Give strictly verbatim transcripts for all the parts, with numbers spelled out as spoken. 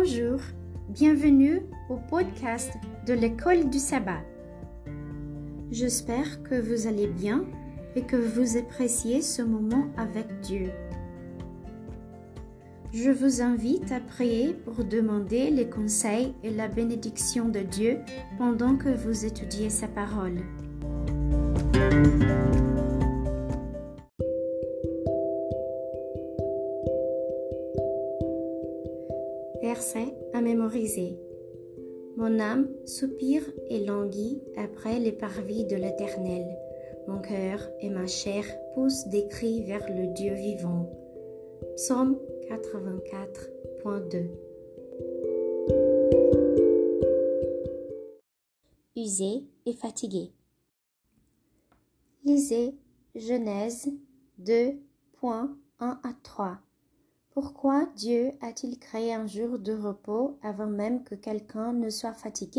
Bonjour, bienvenue au podcast de l'école du sabbat. J'espère que vous allez bien et que vous appréciez ce moment avec Dieu. Je vous invite à prier pour demander les conseils et la bénédiction de Dieu pendant que vous étudiez sa parole. Verset à mémoriser. Mon âme soupire et languit après les parvis de l'Éternel. Mon cœur et ma chair poussent des cris vers le Dieu vivant. Psaume quatre-vingt-quatre point deux. Usé et fatigué. Lisez Genèse deux point un à trois. Pourquoi Dieu a-t-il créé un jour de repos avant même que quelqu'un ne soit fatigué?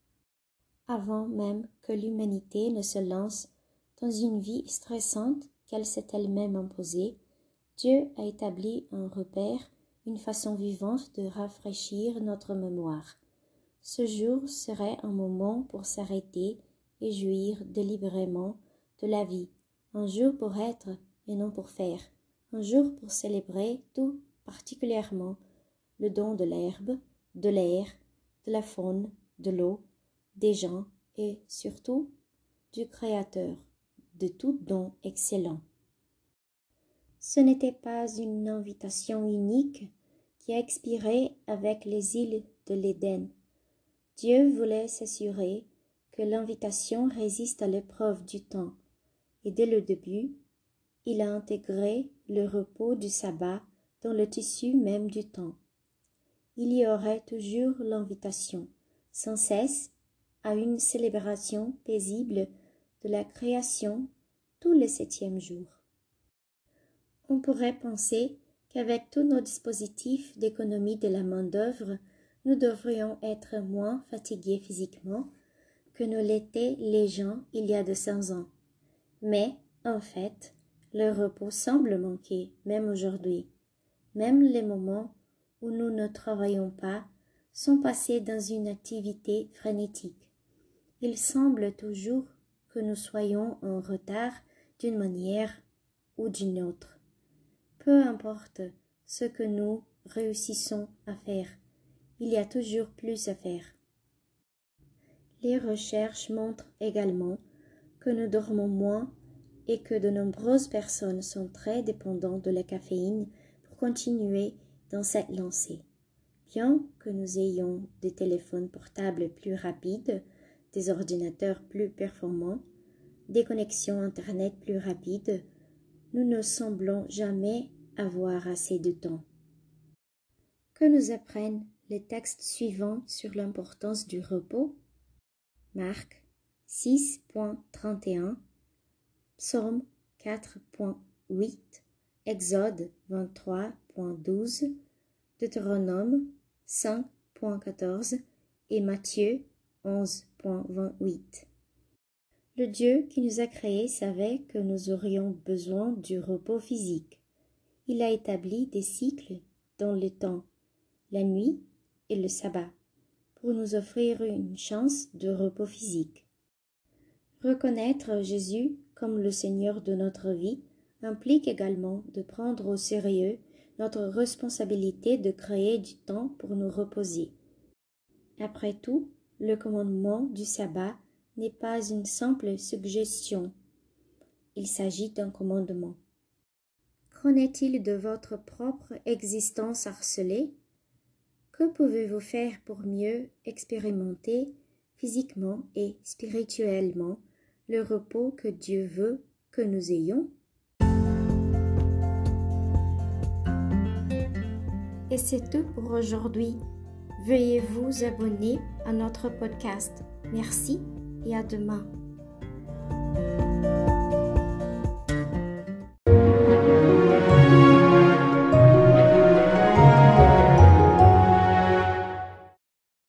Avant même que l'humanité ne se lance dans une vie stressante qu'elle s'est elle-même imposée, Dieu a établi un repère, une façon vivante de rafraîchir notre mémoire. Ce jour serait un moment pour s'arrêter et jouir délibérément de la vie, un jour pour être et non pour faire. Un jour pour célébrer tout particulièrement le don de l'herbe, de l'air, de la faune, de l'eau, des gens et surtout du Créateur, de tout don excellent. Ce n'était pas une invitation unique qui a expiré avec les îles de l'Éden. Dieu voulait s'assurer que l'invitation résiste à l'épreuve du temps et dès le début, il a intégré le repos du sabbat dans le tissu même du temps. Il y aurait toujours l'invitation, sans cesse, à une célébration paisible de la création tous les septièmes jours. On pourrait penser qu'avec tous nos dispositifs d'économie de la main-d'œuvre, nous devrions être moins fatigués physiquement que ne l'étaient les gens il y a deux cents ans. Mais, en fait, le repos semble manquer, même aujourd'hui. Même les moments où nous ne travaillons pas sont passés dans une activité frénétique. Il semble toujours que nous soyons en retard d'une manière ou d'une autre. Peu importe ce que nous réussissons à faire, il y a toujours plus à faire. Les recherches montrent également que nous dormons moins et que de nombreuses personnes sont très dépendantes de la caféine pour continuer dans cette lancée. Bien que nous ayons des téléphones portables plus rapides, des ordinateurs plus performants, des connexions Internet plus rapides, nous ne semblons jamais avoir assez de temps. Que nous apprennent les textes suivants sur l'importance du repos? Marc six point trente et un, Psaume quatre point huit, Exode vingt-trois point douze, Deutéronome cinq point quatorze et Matthieu onze point vingt-huit. Le Dieu qui nous a créés savait que nous aurions besoin du repos physique. Il a établi des cycles dans le temps, la nuit et le sabbat, pour nous offrir une chance de repos physique. Reconnaître Jésus comme le Seigneur de notre vie implique également de prendre au sérieux notre responsabilité de créer du temps pour nous reposer. Après tout, le commandement du sabbat n'est pas une simple suggestion. Il s'agit d'un commandement. Qu'en est-il de votre propre existence harcelée? Que pouvez-vous faire pour mieux expérimenter physiquement et spirituellement le repos que Dieu veut que nous ayons? Et c'est tout pour aujourd'hui. Veuillez vous abonner à notre podcast. Merci et à demain.